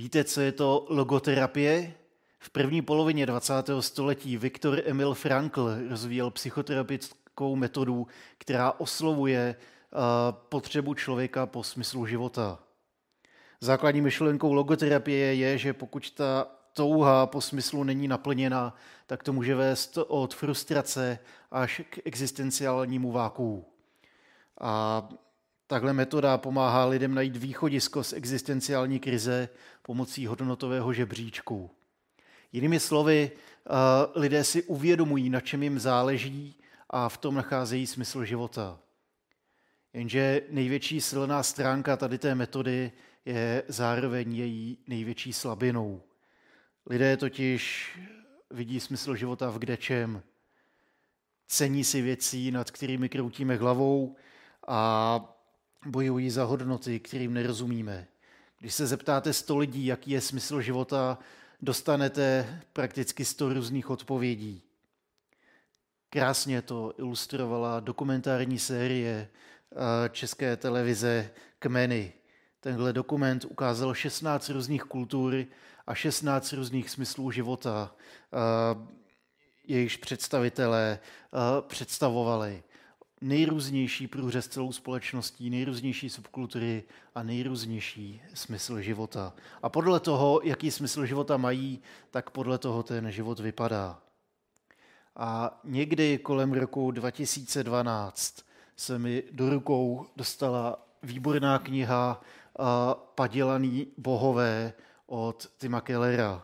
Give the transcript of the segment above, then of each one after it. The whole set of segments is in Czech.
Víte, co je to logoterapie? V první polovině 20. století Viktor Emil Frankl rozvíjel psychoterapeutickou metodu, která oslovuje potřebu člověka po smyslu života. Základní myšlenkou logoterapie je, že pokud ta touha po smyslu není naplněna, tak to může vést od frustrace až k existenciálnímu vákuu. A tahle metoda pomáhá lidem najít východisko z existenciální krize pomocí hodnotového žebříčku. Jinými slovy, lidé si uvědomují, na čem jim záleží a v tom nacházejí smysl života. Jenže největší silná stránka tady té metody je zároveň její největší slabinou. Lidé totiž vidí smysl života v kdečem. Cení si věcí, nad kterými kroutíme hlavou a bojují za hodnoty, kterým nerozumíme. Když se zeptáte 100 lidí, jaký je smysl života, dostanete prakticky 100 různých odpovědí. Krásně to ilustrovala dokumentární série České televize Kmeny. Tenhle dokument ukázal 16 různých kultur a 16 různých smyslů života. Jejichž představitelé představovali nejrůznější průřez celou společností, nejrůznější subkultury a nejrůznější smysl života. A podle toho, jaký smysl života mají, tak podle toho ten život vypadá. A někdy kolem roku 2012 se mi do rukou dostala výborná kniha Padělaný bohové od Tima Kellera.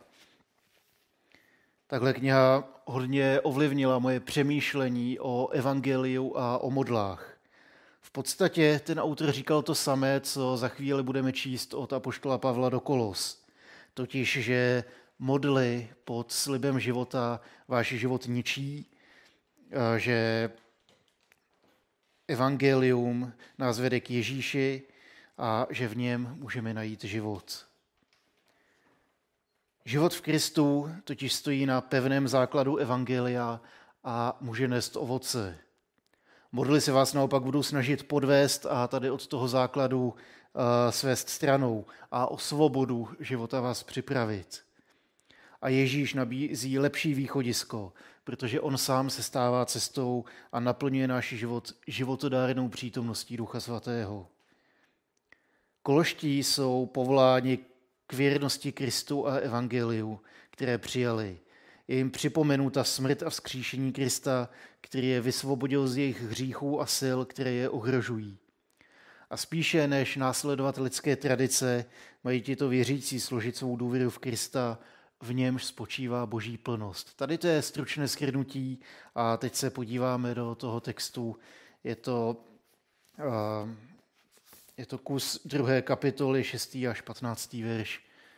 Tahle kniha hodně ovlivnila moje přemýšlení o evangeliu a o modlách. V podstatě ten autor říkal to samé, co za chvíli budeme číst od apoštola Pavla do Kolos. Totiž, že modly pod slibem života váš život ničí, že evangelium nás vede k Ježíši a že v něm můžeme najít život. Život v Kristu totiž stojí na pevném základu evangelia a může nést ovoce. Modly se vás naopak budou snažit podvést a tady od toho základu svést stranou a o svobodu života vás připravit. A Ježíš nabízí lepší východisko, protože on sám se stává cestou a naplňuje náš život životodárnou přítomností Ducha Svatého. Koloští jsou povoláni k věrnosti Kristu a evangeliu, které přijali. Je jim připomenuta smrt a vzkříšení Krista, který je vysvobodil z jejich hříchů a sil, které je ohrožují. A spíše než následovat lidské tradice, mají tito věřící složit svou důvěru v Krista, v němž spočívá boží plnost. Tady to je stručné shrnutí a teď se podíváme do toho textu. Je to kus 2. kapitoly, 6. až 15. verš.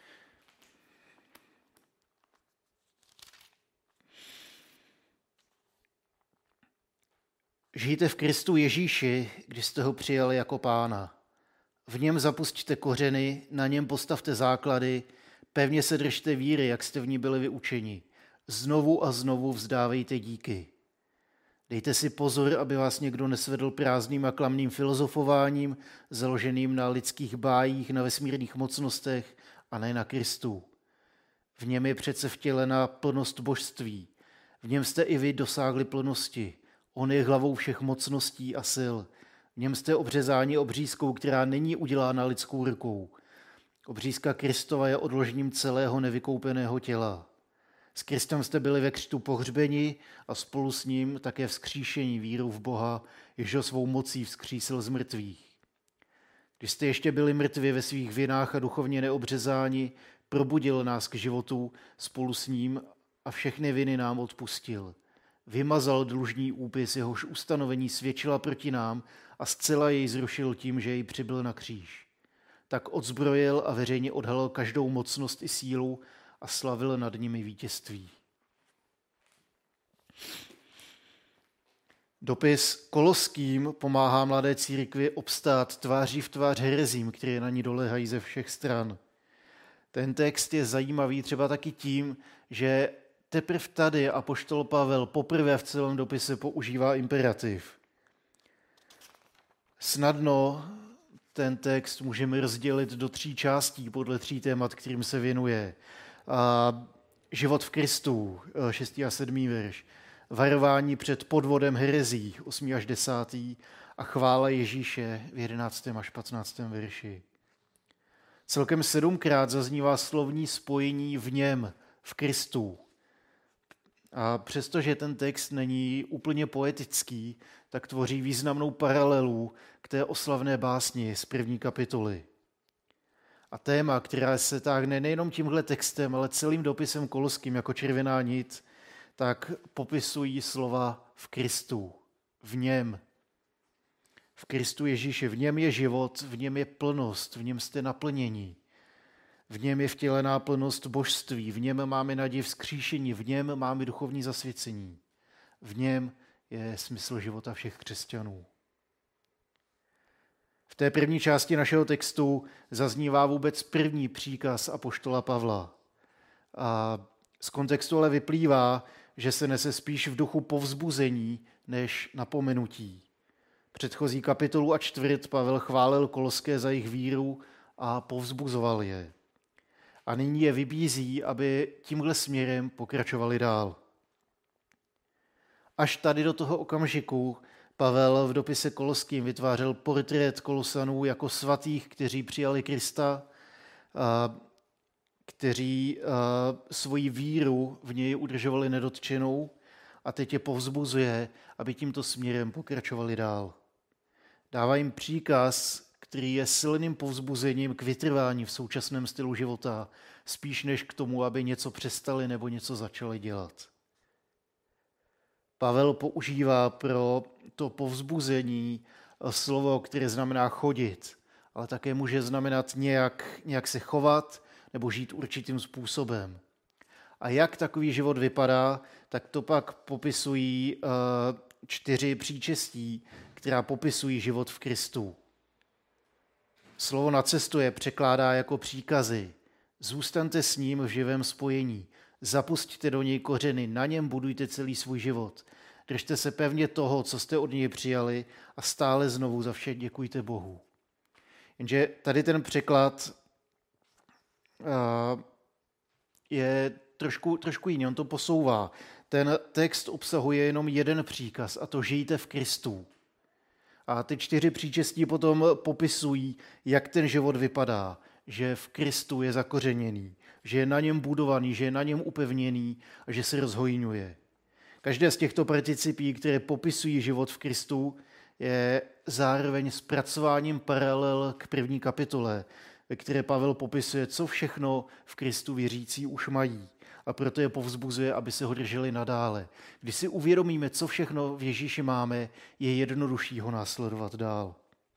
Žijte v Kristu Ježíši, když jste ho přijali jako Pána. V něm zapusťte kořeny, na něm postavte základy, pevně se držte víry, jak jste v ní byli vyučeni. Znovu a znovu vzdávejte díky. Dejte si pozor, aby vás někdo nesvedl prázdným a klamným filozofováním, založeným na lidských bájích, na vesmírných mocnostech a ne na Kristu. V něm je přece vtělena plnost božství. V něm jste i vy dosáhli plnosti. On je hlavou všech mocností a sil. V něm jste obřezáni obřízkou, která není udělána lidskou rukou. Obřízka Kristova je odložením celého nevykoupeného těla. S Kristem jste byli ve křtu pohřbeni a spolu s ním také vzkříšení vírou v Boha, jež ho svou mocí vzkřísil z mrtvých. Když jste ještě byli mrtvi ve svých vinách a duchovně neobřezáni, probudil nás k životu spolu s ním a všechny viny nám odpustil. Vymazal dlužný úpis, jehož ustanovení svědčila proti nám a zcela jej zrušil tím, že jej přibyl na kříž. Tak odzbrojil a veřejně odhalil každou mocnost i sílu a slavil nad nimi vítězství. Dopis Koloským pomáhá mladé církvi obstát tváří v tvář herezím, které na ní dolehají ze všech stran. Ten text je zajímavý třeba taky tím, že teprve tady apoštol Pavel poprvé v celém dopise používá imperativ. Snadno ten text můžeme rozdělit do 3 částí podle 3 témat, kterým se věnuje. Život v Kristu, 6. a 7. verš. Varování před podvodem herezí, 8. až 10. a chvála Ježíše v 11. až 15. verši. Celkem 7krát zaznívá slovní spojení v něm, v Kristu. A přestože ten text není úplně poetický, tak tvoří významnou paralelu k té oslavné básni z 1. kapitoly. A téma, která se táhne nejenom tímhle textem, ale celým dopisem Koloským jako červená nit, tak popisují slova v Kristu, v něm. V Kristu Ježíši, v něm je život, v něm je plnost, v něm jste naplnění. V něm je vtělená plnost božství, v něm máme naději vzkříšení, v něm máme duchovní zasvěcení. V něm je smysl života všech křesťanů. V té první části našeho textu zaznívá vůbec první příkaz apoštola Pavla. A z kontextu ale vyplývá, že se nese spíš v duchu povzbuzení než napomenutí. Předchozí kapitolu a čtvrt Pavel chválil Koloské za jejich víru a povzbuzoval je. A nyní je vybízí, aby tímhle směrem pokračovali dál. Až tady do toho okamžiku Pavel v dopise Koloským vytvářel portrét Kolosanů jako svatých, kteří přijali Krista, kteří svoji víru v něj udržovali nedotčenou a teď je povzbuzuje, aby tímto směrem pokračovali dál. Dává jim příkaz, který je silným povzbuzením k vytrvání v současném stylu života, spíš než k tomu, aby něco přestali nebo něco začali dělat. Pavel používá pro to povzbuzení slovo, které znamená chodit, ale také může znamenat nějak se chovat nebo žít určitým způsobem. A jak takový život vypadá, tak to pak popisují 4 příčestí, která popisují život v Kristu. Slovo nacestuje překládá jako příkazy. Zůstaňte s ním v živém spojení. Zapusťte do něj kořeny, na něm budujte celý svůj život. Držte se pevně toho, co jste od něj přijali a stále znovu za vše děkujte Bohu. Jenže tady ten překlad je trošku jiný, on to posouvá. Ten text obsahuje jenom jeden příkaz a to žijte v Kristu. A ty 4 příčestí potom popisují, jak ten život vypadá, že v Kristu je zakořeněný, že je na něm budovaný, že je na něm upevněný a že se rozhojňuje. Každé z těchto participí, které popisují život v Kristu, je zároveň zpracováním paralel k 1. kapitole, ve které Pavel popisuje, co všechno v Kristu věřící už mají. A proto je povzbuzuje, aby se ho drželi nadále. Když si uvědomíme, co všechno v Ježíši máme, je jednodušší ho následovat dál.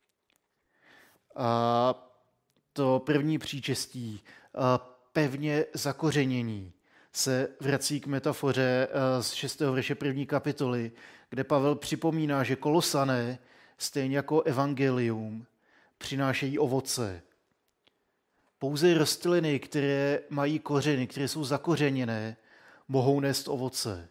A to první příčestí, pevně zakořenění, se vrací k metafoře z 6. verše 1. kapitoly, kde Pavel připomíná, že Kolosané, stejně jako evangelium, přinášejí ovoce. Pouze rostliny, které mají kořeny, které jsou zakořeněné, mohou nést ovoce.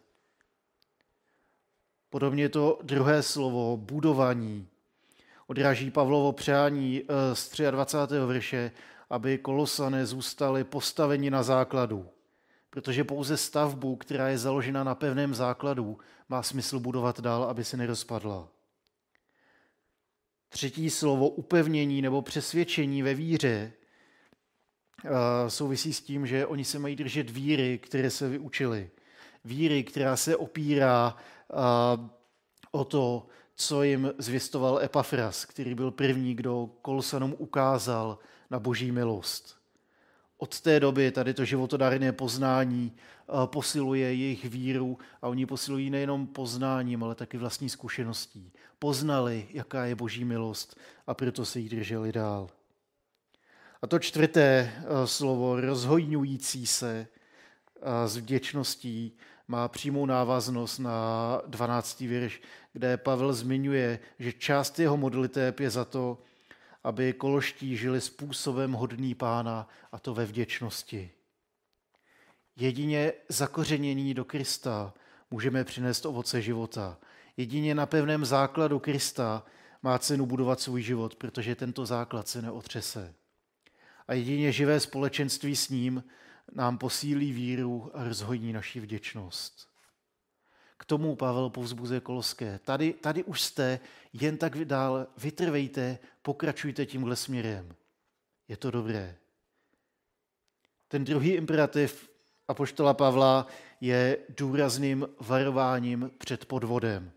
Podobně to druhé slovo, budování, odráží Pavlovo přání z 23. verše, aby Kolosané zůstali postaveni na základu. Protože pouze stavbu, která je založena na pevném základu, má smysl budovat dál, aby se nerozpadla. Třetí slovo, upevnění nebo přesvědčení ve víře, souvisí s tím, že oni se mají držet víry, které se vyučili. Víry, která se opírá o to, co jim zvěstoval Epafras, který byl první, kdo Kolosanům ukázal na boží milost. Od té doby tady to životodárné poznání posiluje jejich víru a oni posilují nejenom poznáním, ale taky vlastní zkušeností. Poznali, jaká je boží milost a proto se jí drželi dál. A to čtvrté slovo, rozhojňující se s vděčností, má přímou návaznost na 12. verš, kde Pavel zmiňuje, že část jeho modliteb je za to, aby koloští žili způsobem hodný Pána, a to ve vděčnosti. Jedině zakořenění do Krista můžeme přinést ovoce života. Jedině na pevném základu Krista má cenu budovat svůj život, protože tento základ se neotřese. A jedině živé společenství s ním nám posílí víru a rozhojní naši vděčnost. K tomu Pavel povzbuzuje Koloské. Tady už jste, jen tak dál vytrvejte, pokračujte tímhle směrem. Je to dobré. Ten druhý imperativ apoštola Pavla je důrazným varováním před podvodem.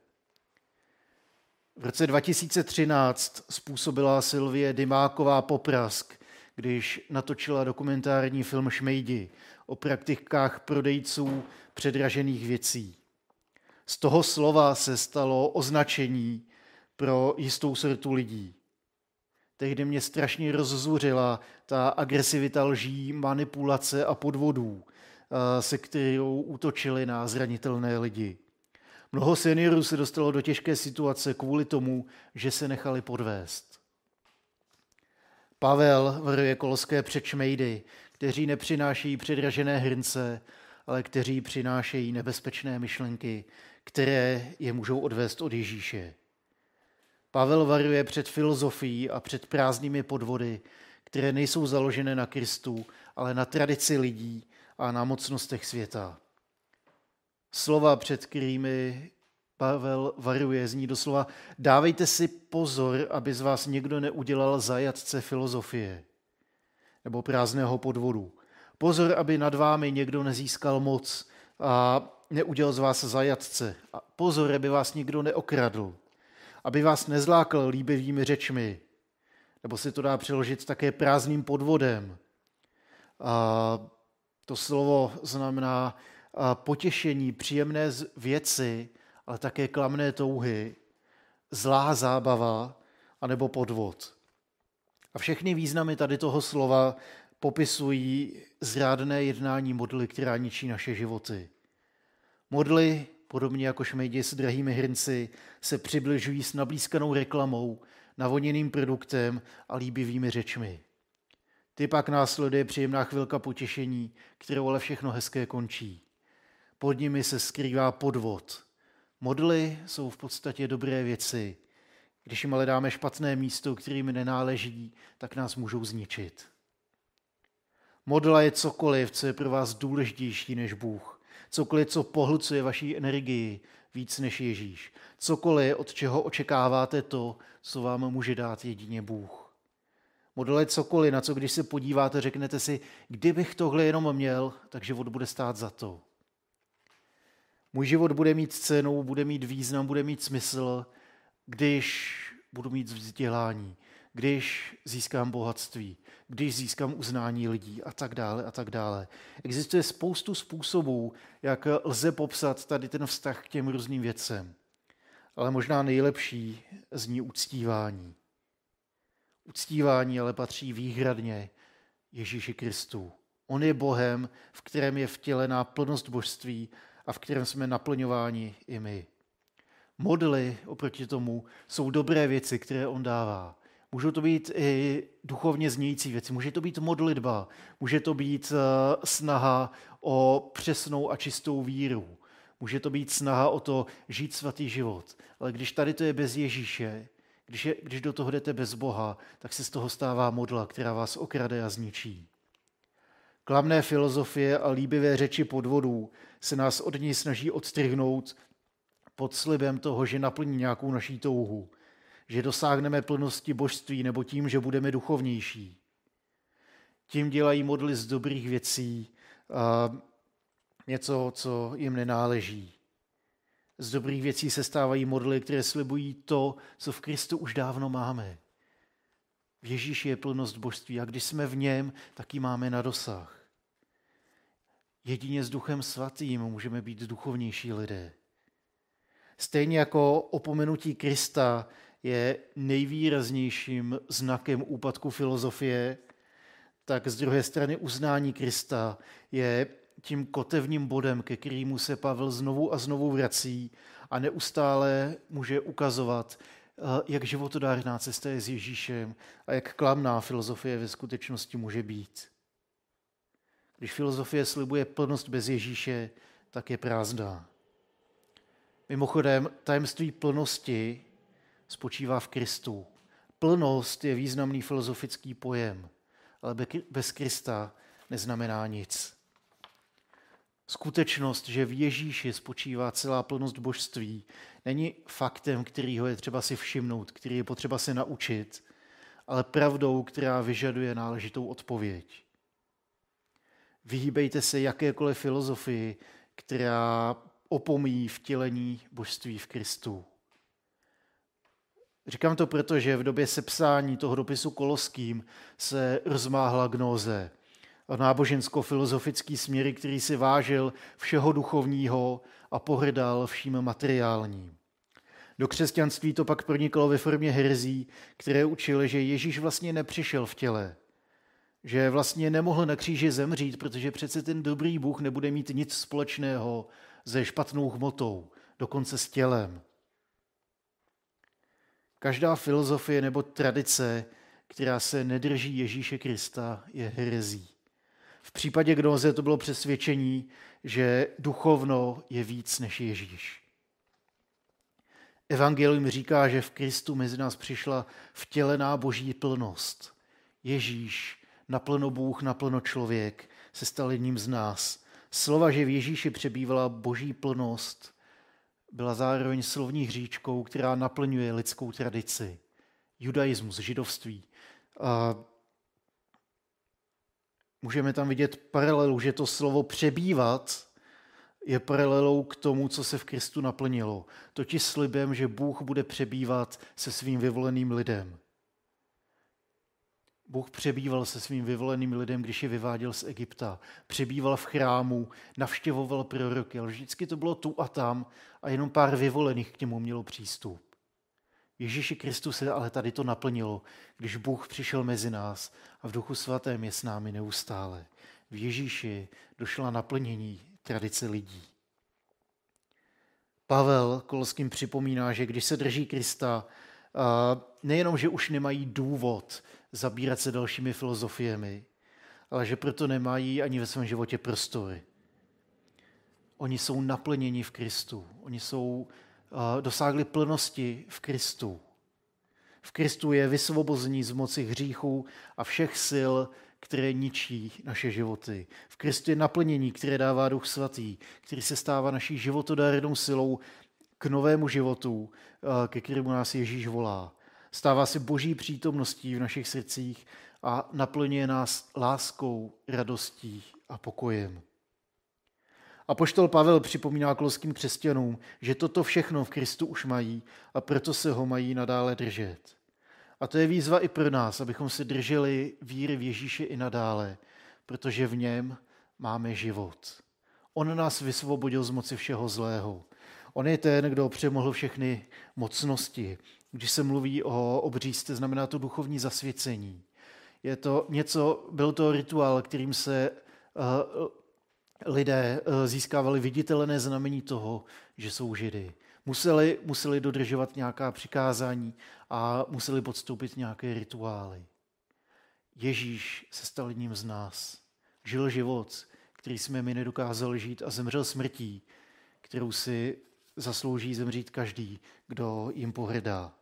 V roce 2013 způsobila Sylvie Dymáková poprask, když natočila dokumentární film Šmejdi o praktikách prodejců předražených věcí. Z toho slova se stalo označení pro jistou sortu lidí. Tehdy mě strašně rozzuřila ta agresivita lží, manipulace a podvodů, se kterou útočili na zranitelné lidi. Mnoho seniorů se dostalo do těžké situace kvůli tomu, že se nechali podvést. Pavel varuje Koloské před šmejdy, kteří nepřinášejí předražené hrnce, ale kteří přinášejí nebezpečné myšlenky, které je můžou odvést od Ježíše. Pavel varuje před filozofií a před prázdnými podvody, které nejsou založené na Kristu, ale na tradici lidí a na mocnostech světa. Slova, před kterými Pavel varuje, zní doslova: dávejte si pozor, aby z vás někdo neudělal zajatce filozofie nebo prázdného podvodu. Pozor, aby nad vámi někdo nezískal moc a neudělal z vás zajatce. A pozor, aby vás někdo neokradl, aby vás nezlákal líbivými řečmi, nebo se to dá přeložit také prázdným podvodem. A to slovo znamená potěšení, příjemné věci, ale také klamné touhy, zlá zábava anebo podvod. A všechny významy tady toho slova popisují zrádné jednání modly, která ničí naše životy. Modly, podobně jako šmejdi s drahými hrnci, se přibližují s nablízkanou reklamou, navoněným produktem a líbivými řečmi. Ty pak následuje příjemná chvilka potěšení, kterou ale všechno hezké končí. Pod nimi se skrývá podvod. Modly jsou v podstatě dobré věci. Když jim ale dáme špatné místo, kterým nenáleží, tak nás můžou zničit. Modla je cokoliv, co je pro vás důležitější než Bůh. Cokoliv, co pohlcuje vaši energii víc než Ježíš. Cokoliv, od čeho očekáváte to, co vám může dát jedině Bůh. Modla je cokoliv, na co když se podíváte, řeknete si, kdybych tohle jenom měl, tak život bude stát za to. Můj život bude mít cenu, bude mít význam, bude mít smysl, když budu mít vzdělání, když získám bohatství, když získám uznání lidí a tak dále a tak dále. Existuje spoustu způsobů, jak lze popsat tady ten vztah k těm různým věcem. Ale možná nejlepší zní uctívání. Uctívání ale patří výhradně Ježíši Kristu. On je Bohem, v kterém je vtělená plnost božství a v kterém jsme naplňováni i my. Modly oproti tomu jsou dobré věci, které on dává. Můžou to být i duchovně znějící věci, může to být modlitba, může to být snaha o přesnou a čistou víru, může to být snaha o to žít svatý život. Ale když tady to je bez Ježíše, když do toho jdete bez Boha, tak se z toho stává modla, která vás okrade a zničí. Klamné filozofie a líbivé řeči podvodů se nás od něj snaží odstrhnout pod slibem toho, že naplní nějakou naší touhu, že dosáhneme plnosti božství nebo tím, že budeme duchovnější. Tím dělají modly z dobrých věcí něco, co jim nenáleží. Z dobrých věcí se stávají modly, které slibují to, co v Kristu už dávno máme. V Ježíši je plnost božství a když jsme v něm, tak ji máme na dosah. Jedině s Duchem Svatým můžeme být duchovnější lidé. Stejně jako opomenutí Krista je nejvýraznějším znakem úpadku filozofie, tak z druhé strany uznání Krista je tím kotevním bodem, ke kterému se Pavel znovu a znovu vrací a neustále může ukazovat, jak životodárná cesta je s Ježíšem a jak klamná filozofie ve skutečnosti může být. Když filozofie slibuje plnost bez Ježíše, tak je prázdná. Mimochodem, tajemství plnosti spočívá v Kristu. Plnost je významný filozofický pojem, ale bez Krista neznamená nic. Skutečnost, že v Ježíši spočívá celá plnost božství, není faktem, kterýho je třeba si všimnout, který je potřeba se naučit, ale pravdou, která vyžaduje náležitou odpověď. Vyhýbejte se jakékoliv filozofii, která opomíjí vtělení božství v Kristu. Říkám to proto, že v době sepsání toho dopisu Koloským se rozmáhla gnóze, nábožensko-filozofický směr, který si vážil všeho duchovního a pohrdal vším materiálním. Do křesťanství to pak proniklo ve formě herezí, které učily, že Ježíš vlastně nepřišel v těle, že vlastně nemohl na kříži zemřít, protože přece ten dobrý Bůh nebude mít nic společného se špatnou hmotou, dokonce s tělem. Každá filozofie nebo tradice, která se nedrží Ježíše Krista, je herezí. V případě gnóze to bylo přesvědčení, že duchovno je víc než Ježíš. Evangelium říká, že v Kristu mezi nás přišla vtělená boží plnost. Ježíš, naplno Bůh, naplno člověk, se stal jedním z nás. Slova, že v Ježíši přebývala boží plnost, byla zároveň slovní hříčkou, která naplňuje lidskou tradici. Judaismus, židovství. A můžeme tam vidět paralelu, že to slovo přebývat je paralelou k tomu, co se v Kristu naplnilo. Totiž slibem, že Bůh bude přebývat se svým vyvoleným lidem. Bůh přebýval se svým vyvoleným lidem, když je vyváděl z Egypta. Přebýval v chrámu, navštěvoval proroky, ale vždycky to bylo tu a tam a jenom pár vyvolených k němu mělo přístup. Ježíši Kristu se ale tady to naplnilo, když Bůh přišel mezi nás a v Duchu svatém je s námi neustále. V Ježíši došlo naplnění tradice lidí. Pavel Koloským připomíná, že když se drží Krista, nejenom, že už nemají důvod zabírat se dalšími filozofiemi, ale že proto nemají ani ve svém životě prostory. Oni jsou naplněni v Kristu. Oni dosáhli plnosti v Kristu. V Kristu je vysvobození z moci hříchu a všech sil, které ničí naše životy. V Kristu je naplnění, které dává Duch Svatý, který se stává naší životodárnou silou k novému životu, ke kterému nás Ježíš volá. Stává se boží přítomností v našich srdcích a naplňuje nás láskou, radostí a pokojem. Apoštol Pavel připomíná koloským křesťanům, že toto všechno v Kristu už mají a proto se ho mají nadále držet. A to je výzva i pro nás, abychom se drželi víry v Ježíše i nadále, protože v něm máme život. On nás vysvobodil z moci všeho zlého. On je ten, kdo přemohl všechny mocnosti. Když se mluví o obřízce, znamená to duchovní zasvěcení. Byl to rituál, kterým se lidé získávali viditelné znamení toho, že jsou Židy. Museli dodržovat nějaká přikázání a museli podstoupit nějaké rituály. Ježíš se stal jedním z nás. Žil život, který jsme my nedokázali žít a zemřel smrtí, kterou si zaslouží zemřít každý, kdo jim pohrdá.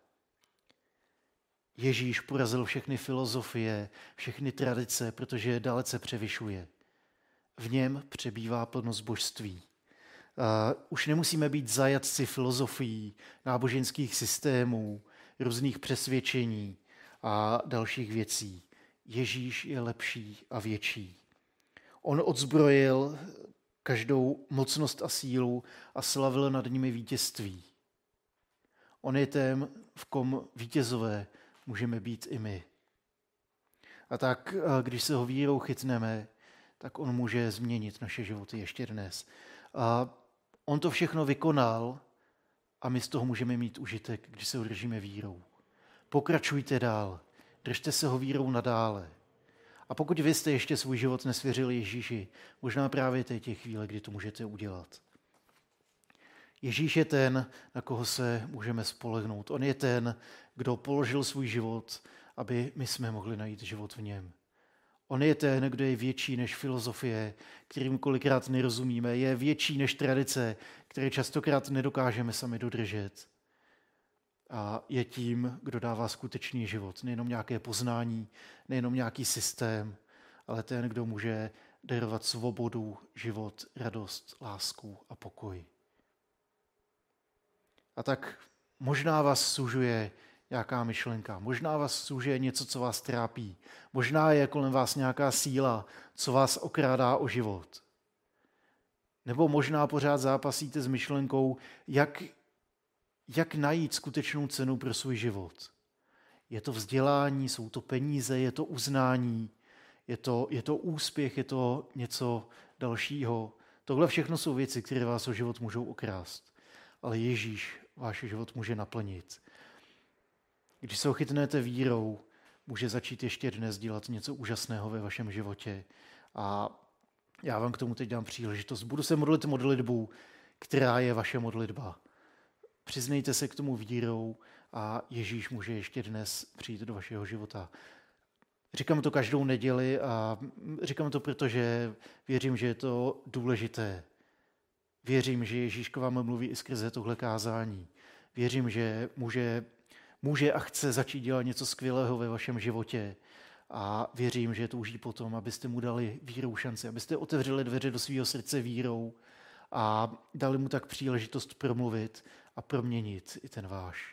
Ježíš porazil všechny filozofie, všechny tradice, protože je dalece převyšuje. V něm přebývá plnost božství. Už nemusíme být zajatci filozofií, náboženských systémů, různých přesvědčení a dalších věcí. Ježíš je lepší a větší. On odzbrojil každou mocnost a sílu a slavil nad nimi vítězství. On je ten, v kom vítězové můžeme být i my. A tak, když se ho vírou chytneme, tak on může změnit naše životy ještě dnes. A on to všechno vykonal a my z toho můžeme mít užitek, když se ho držíme vírou. Pokračujte dál, držte se ho vírou nadále. A pokud vy jste ještě svůj život nesvěřili Ježíši, možná právě teď je chvíle, kdy to můžete udělat. Ježíš je ten, na koho se můžeme spolehnout. On je ten, kdo položil svůj život, aby my jsme mohli najít život v něm. On je ten, kdo je větší než filozofie, kterým kolikrát nerozumíme, je větší než tradice, které častokrát nedokážeme sami dodržet. a je tím, kdo dává skutečný život. Nejenom nějaké poznání, nejenom nějaký systém, ale ten, kdo může darovat svobodu, život, radost, lásku a pokoj. A tak možná vás sužuje nějaká myšlenka, možná vás sužuje něco, co vás trápí, možná je kolem vás nějaká síla, co vás okrádá o život. Nebo možná pořád zápasíte s myšlenkou, jak najít skutečnou cenu pro svůj život. Je to vzdělání, jsou to peníze, je to uznání, je to úspěch, je to něco dalšího. Tohle všechno jsou věci, které vás o život můžou okrást. Ale Ježíš váš život může naplnit. Když se ho chytnete vírou, může začít ještě dnes dělat něco úžasného ve vašem životě. A já vám k tomu teď dám příležitost. Budu se modlit modlitbu, která je vaše modlitba. Přiznejte se k tomu vírou a Ježíš může ještě dnes přijít do vašeho života. Říkám to každou neděli a říkám to, protože věřím, že je to důležité. Věřím, že Ježíš k vám mluví i skrze tohle kázání. Věřím, že může a chce začít dělat něco skvělého ve vašem životě. A věřím, že touží potom, abyste mu dali vírou šanci, abyste otevřeli dveře do svého srdce vírou a dali mu tak příležitost promluvit a proměnit i ten váš.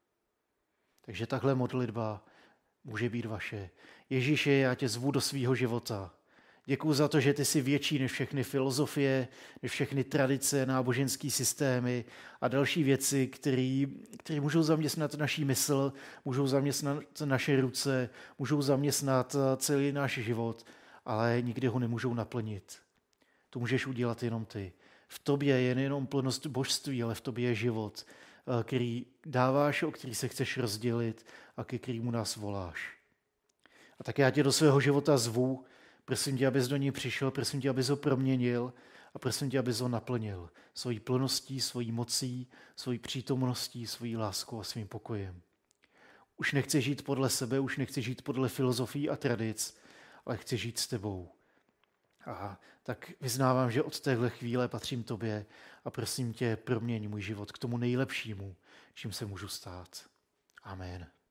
Takže tahle modlitba může být vaše. Ježíši, já tě zvu do svého života. Děkuji za to, že ty jsi větší než všechny filozofie, než všechny tradice, náboženské systémy a další věci, které můžou zaměstnat naší mysl, můžou zaměstnat naše ruce, můžou zaměstnat celý náš život, ale nikdy ho nemůžou naplnit. To můžeš udělat jenom ty. V tobě je nejenom plnost božství, ale v tobě je život, který dáváš, o který se chceš rozdělit a ke kterému nás voláš. A tak já tě do svého života zvu. Prosím tě, abys do něj přišel, prosím tě, abys ho proměnil a prosím tě, abys ho naplnil svojí plností, svojí mocí, svojí přítomností, svojí láskou a svým pokojem. Už nechci žít podle sebe, už nechci žít podle filozofií a tradic, ale chci žít s tebou. A tak vyznávám, že od téhle chvíle patřím tobě a prosím tě, proměň můj život k tomu nejlepšímu, čím se můžu stát. Amen.